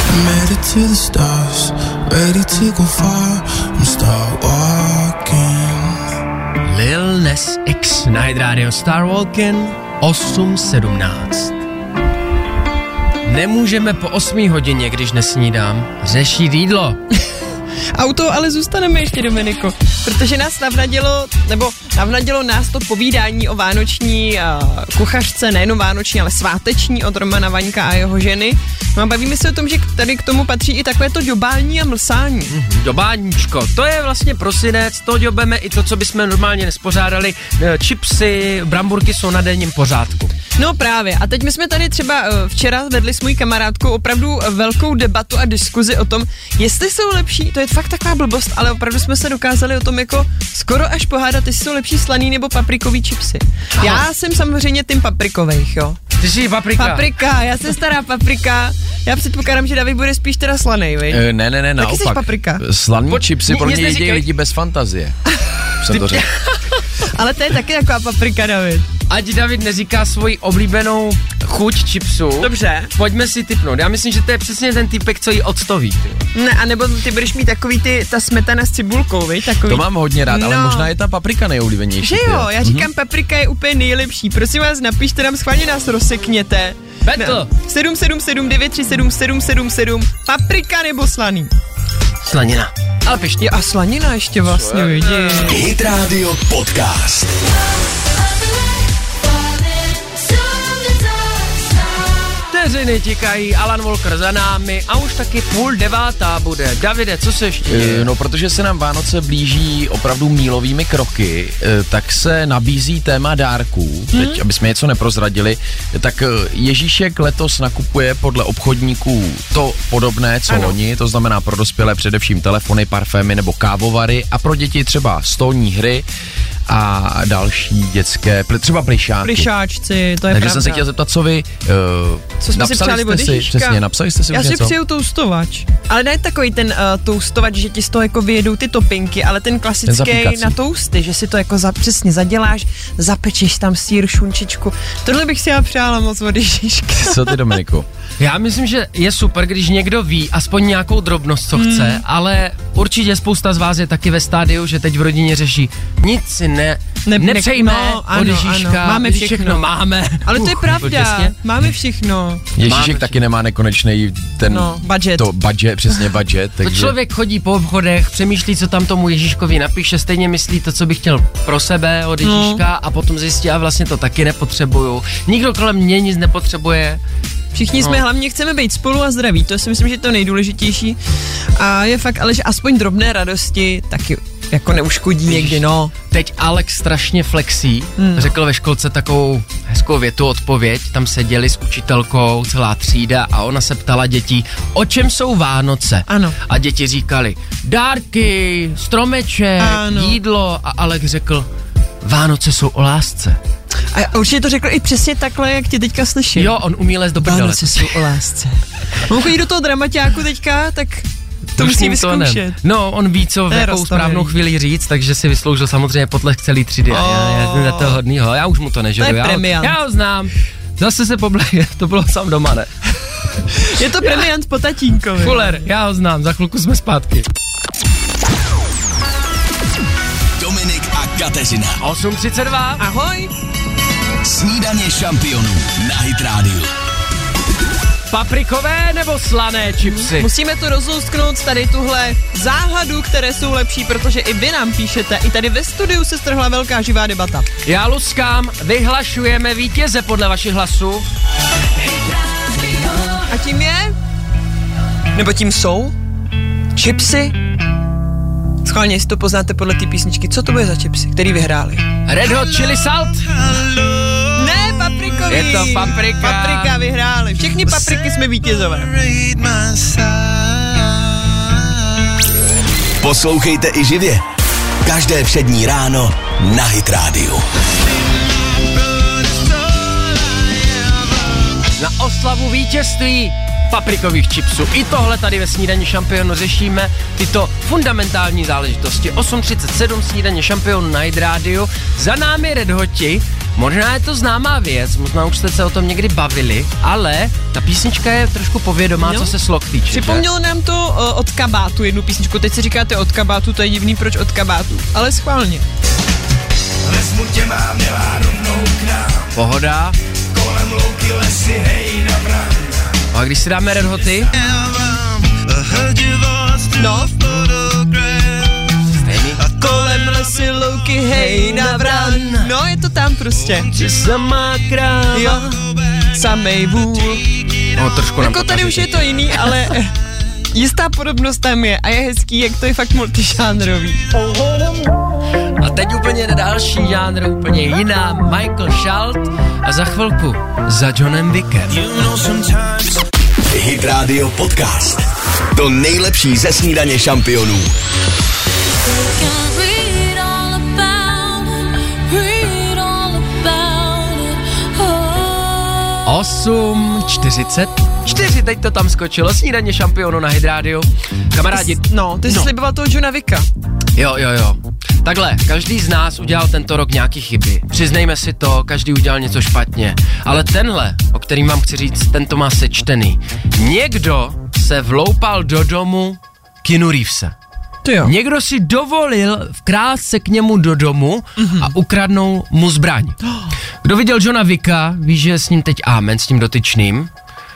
Lil Nas X na Hit Radio Star Walking 8:17. Nemůžeme po 8 hodině, když nesnídám, řešit jídlo. Auto, ale zůstaneme ještě, Dominiko, protože nás navnadilo nás to povídání o vánoční kuchařce, nejenom vánoční, ale sváteční od Romana Vaňka a jeho ženy. No a bavíme se o tom, že tady k tomu patří i takové to ďobání a mlsání. Ďobáníčko, to je vlastně prosinec, to ďobeme i to, co bychom normálně nespořádali. Chipsy, bramburky jsou na denním pořádku. No právě. A teď my jsme tady třeba včera vedli s mojí kamarádkou opravdu velkou debatu a diskuzi o tom, jestli jsou lepší, to je fakt taková blbost, ale opravdu jsme se dokázali o tom jako skoro až pohádat, jestli jsou lepší slaný nebo paprikový chipsy. Aha. Já jsem samozřejmě tým paprikovejch, jo. Ty jsi paprika. Paprika, já jsem stará paprika. Já předpokládám, že David bude spíš teda slanej, viď? Ne, naopak. Taky jsi paprika. Slaný chipsy pro mě jedí lidi bez fantazie. Jsem to řekl. Ale to je taky taková paprika, David. Ať David neříká svoji oblíbenou chuť chipsu. Dobře. Pojďme si tipnout. Já myslím, že to je přesně ten typek, co jí octoví. Ne, anebo ty budeš mít takový ta smetana s cibulkou, viď? Takový. To mám hodně rád, ale možná je ta paprika nejoblíbenější. Že jo, já říkám, paprika je úplně nejlepší. Prosím vás, napište nám, schválně nás rozsekněte. Battle. 777 937 777 paprika nebo slaný? Slanina. Ale pěšně. A slanina ještě vlastně, vidíš. Hit Radio Podcast. Vteřiny tikají, Alan Walker za námi a už taky 8:30 bude. Davide, co se ještě děje? No, protože se nám Vánoce blíží opravdu mílovými kroky, tak se nabízí téma dárků. Teď, aby jsme něco neprozradili, tak Ježíšek letos nakupuje podle obchodníků to podobné, co loni, to znamená pro dospělé především telefony, parfémy nebo kávovary a pro děti třeba stolní hry a další dětské, třeba plišáky. Plišáčci, to je Takže pravda. jsem se chtěl zeptat, co vy co jsme si přáli od Ježíška? Přesně, napsali jste si Já už si něco? přeju toustovač. Ale ne takový ten toustovač, že ti z toho jako vyjedou ty topinky, ale ten klasický na tousty, že si to jako přesně zaděláš, zapečeš tam sýr, šunčičku. Tohle bych si já přála moc od Ježíška. Co ty, Dominiku? Já myslím, že je super, když někdo ví aspoň nějakou drobnost, co chce, ale určitě spousta z vás je taky ve stádiu, že teď v rodině řeší nic si nepřejme od Ježíška, máme všechno. Máme. Ale to je pravda, máme všechno. Ježíšek taky nemá nekonečný ten budget. Přesně budget. Takže... Člověk chodí po obchodech, přemýšlí, co tam tomu Ježíškovi napíše, stejně myslí to, co by chtěl pro sebe od Ježíška a potom zjistí, a vlastně to taky nepotřebuju. Nikdo kolem mě nic nepotřebuje. Všichni jsme hlavně chceme být spolu a zdraví, to si myslím, že je to nejdůležitější. A je fakt, ale že aspoň drobné radosti taky jako neuškodí někdy, no. Teď Alex strašně flexí, řekl ve školce takovou hezkou větu, odpověď, tam seděli s učitelkou celá třída a ona se ptala dětí, o čem jsou Vánoce. Ano. A děti říkali, dárky, stromeček, jídlo a Alex řekl, Vánoce jsou o lásce. A určitě to řekl i přesně takhle, jak tě teďka slyším. Jo, on umí lézt do prdele. Vánoce jsou o lásce. On chodí do toho dramaťáku teďka, tak to musí vyzkoušet. No, on ví, co v jakou správnou chvíli říct, takže si vysloužil samozřejmě potlesk celý třídy. Já jsem za toho hodnýho, já už mu to nežeru. To je premiant. Já ho znám. Zase se pobleje, to bylo sám doma, ne? Je to premiant po tatínkovi. Fuller, já ho znám, za chvilku jsme zpátky. Dominik a Kateřina. 8:32. Ahoj. Snídaně šampionů na Hit Radio. Paprikové nebo slané chipsy? Musíme to rozlousknout tady tuhle záhadu, které jsou lepší, protože i vy nám píšete. I tady ve studiu se strhla velká živá debata. Já luskám, vyhlašujeme vítěze podle vašich hlasů. A tím je? Nebo tím jsou? Chipsy? Schválně, jestli to poznáte podle té písničky, co to bude za chipsy, který vyhráli? Red Hot Chili Salt? Ne, paprikový. Je to paprika. Paprika vyhráli. Všechny papriky jsme vítězové. Poslouchejte i živě. Každé přední ráno na Hit Radio. Na oslavu vítězství paprikových chipsů. I tohle tady ve Snídani šampionu řešíme, tyto fundamentální záležitosti. 8:37 Snídaně šampionu na Hit Radio. Za námi Red Hoti. Možná je to známá věc, možná už jste se o tom někdy bavili, ale ta písnička je trošku povědomá, co se slov týče. Připomnělo nám to od Kabátu jednu písničku. Teď si říkáte od Kabátu, to je divný, proč od Kabátu. Ale schválně. Vezmu tě, mám, měla rovnou k nám. Pohoda. Kolem louky lesy, hej, na bran. A když si dáme Red Hoty? No. Kolem lesy, louky, hej, na bran. No, je to tam prostě. Sama kráva. Jo. Samej vůl. No, trošku nám jako tady už je to jiný, ale jistá podobnost tam je a je hezký, jak to je fakt multižánrový. A teď úplně další žánr, úplně jiná, Michael Schalt a za chvilku za Johnem Wickem. Hit Radio Podcast. To nejlepší ze Snídaně šampionů. 8:44, teď to tam skočilo, Snídaně šampionu na Hit Radio. Kamarádi. No, ty jsi sliboval toho Johna Wicka. Jo. Takhle, každý z nás udělal tento rok nějaký chyby. Přiznejme si to, každý udělal něco špatně. Ale tenhle, o kterým vám chci říct, ten to má sečtený. Někdo se vloupal do domu Keanu Reevese. Někdo si dovolil vkrát se k němu do domu a ukradnou mu zbraň. Kdo viděl Johna Wicka, ví, že s ním teď amen, s tím dotyčným,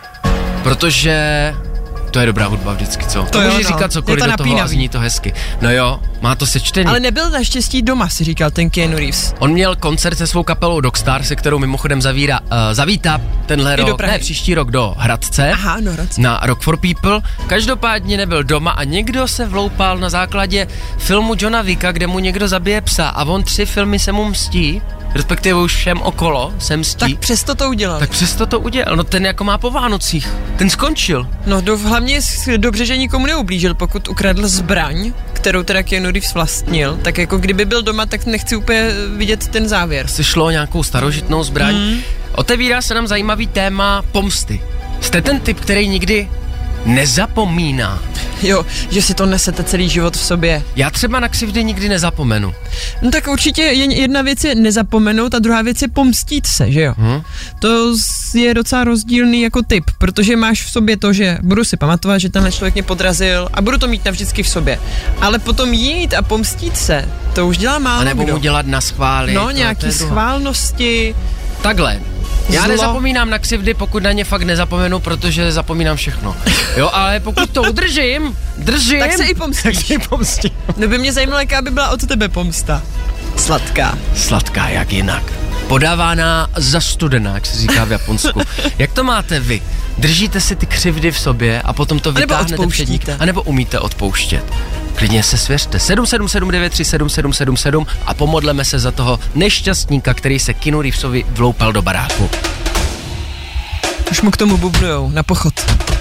protože to je dobrá hudba vždycky, co? To může říkat cokoliv do toho a zní to hezky. No jo, má to sečtený. Ale nebyl naštěstí doma, si říkal ten Keanu Reeves. On měl koncert se svou kapelou Dogstar, se kterou mimochodem zavítá tenhle rok, ne, příští rok do Hradce. Aha, do Hradce. Na Rock for People. Každopádně nebyl doma a někdo se vloupal na základě filmu Johna Wicka, kde mu někdo zabije psa a on 3 filmy se mu mstí, respektive už všem okolo se mstí. Tak přesto to udělal. No ten jako má po Vánocích. Ten skončil. No hlavně dobře, že nikomu neublížil, pokud ukradl zbraň, kterou teda Keanu Reeves vlastnil, tak jako kdyby byl doma, tak nechci úplně vidět ten závěr. Se šlo o nějakou starožitnou zbraň. Otevírá se nám zajímavý téma pomsty. Jste ten typ, který nikdy nezapomíná. Jo, že si to nesete celý život v sobě. Já třeba na křivdy nikdy nezapomenu. No tak určitě jedna věc je nezapomenout a druhá věc je pomstít se, že jo? To je docela rozdílný jako typ, protože máš v sobě to, že budu si pamatovat, že tenhle člověk mě podrazil a budu to mít navždycky v sobě. Ale potom jít a pomstít se, to už dělá málo kdo. A nebo mu dělat na schvály. No, nějaký schválnosti. Takhle. Já nezapomínám na křivdy, pokud na ně fakt nezapomenu, protože zapomínám všechno. Jo, ale pokud to držím, tak se i pomstím. No by mě zajímalo, jaká by byla od tebe pomsta. Sladká. Sladká, jak jinak. Podávána za studená, jak se říká v Japonsku. Jak to máte vy? Držíte si ty křivdy v sobě a potom to vytáhnete před nik, anebo umíte odpouštět? klidně se svěřte. 777937777 a pomodleme se za toho nešťastníka, který se Keanu Reevesovi vloupal do baráku. Už mu k tomu bubnujou, na pochod.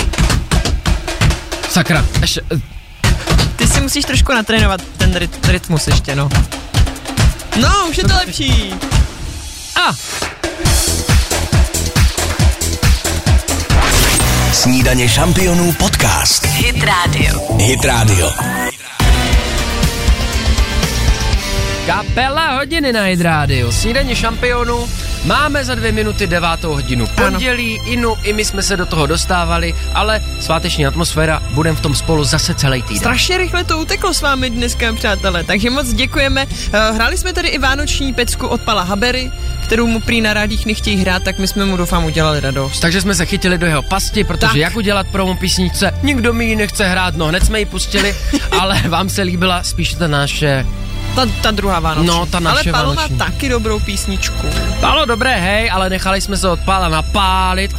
Sakra, ještě... Ty si musíš trošku natrénovat ten rytmus ještě, no. No, už je to lepší. Snídaně šampionů podcast. Hit Radio. Hit Radio. Kapela hodiny na Hit Radio. Snídaně šampionů. Máme za 2 minuty 9. hodinu. Pondělí, i my jsme se do toho dostávali, ale sváteční atmosféra, budeme v tom spolu zase celý týden. Strašně rychle to uteklo s vámi dneska, přátelé, takže moc děkujeme. Hráli jsme tady i vánoční pecku od Pala Habery, kterou mu prý na rádích nechtějí hrát, tak my jsme mu doufám udělali radost. Takže jsme se chytili do jeho pasti, protože jak udělat promo písničce, nikdo mi ji nechce hrát, no hned jsme ji pustili, ale vám se líbila spíš ta naše... Ta druhá vánoční. No, ta naše ale Pálo má vánoční. taky dobrou písničku. Pálo, dobré, hej, ale nechali jsme se od Pála napálit.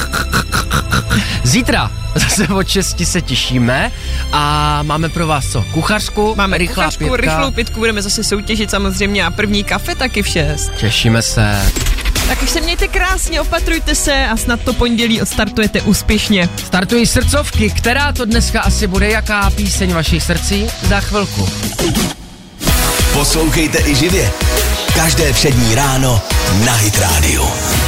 Zítra zase od 6 se těšíme a máme pro vás co? Kuchařku? Máme rychlou pětku, budeme zase soutěžit samozřejmě a první kafe taky v 6. Těšíme se. Tak už se mějte krásně, opatrujte se a snad to pondělí odstartujete úspěšně. Startují srdcovky, která to dneska asi bude, jaká píseň vašich srdcí? Za chvilku. Poslouchejte i živě. Každé přední ráno na Hit Radio.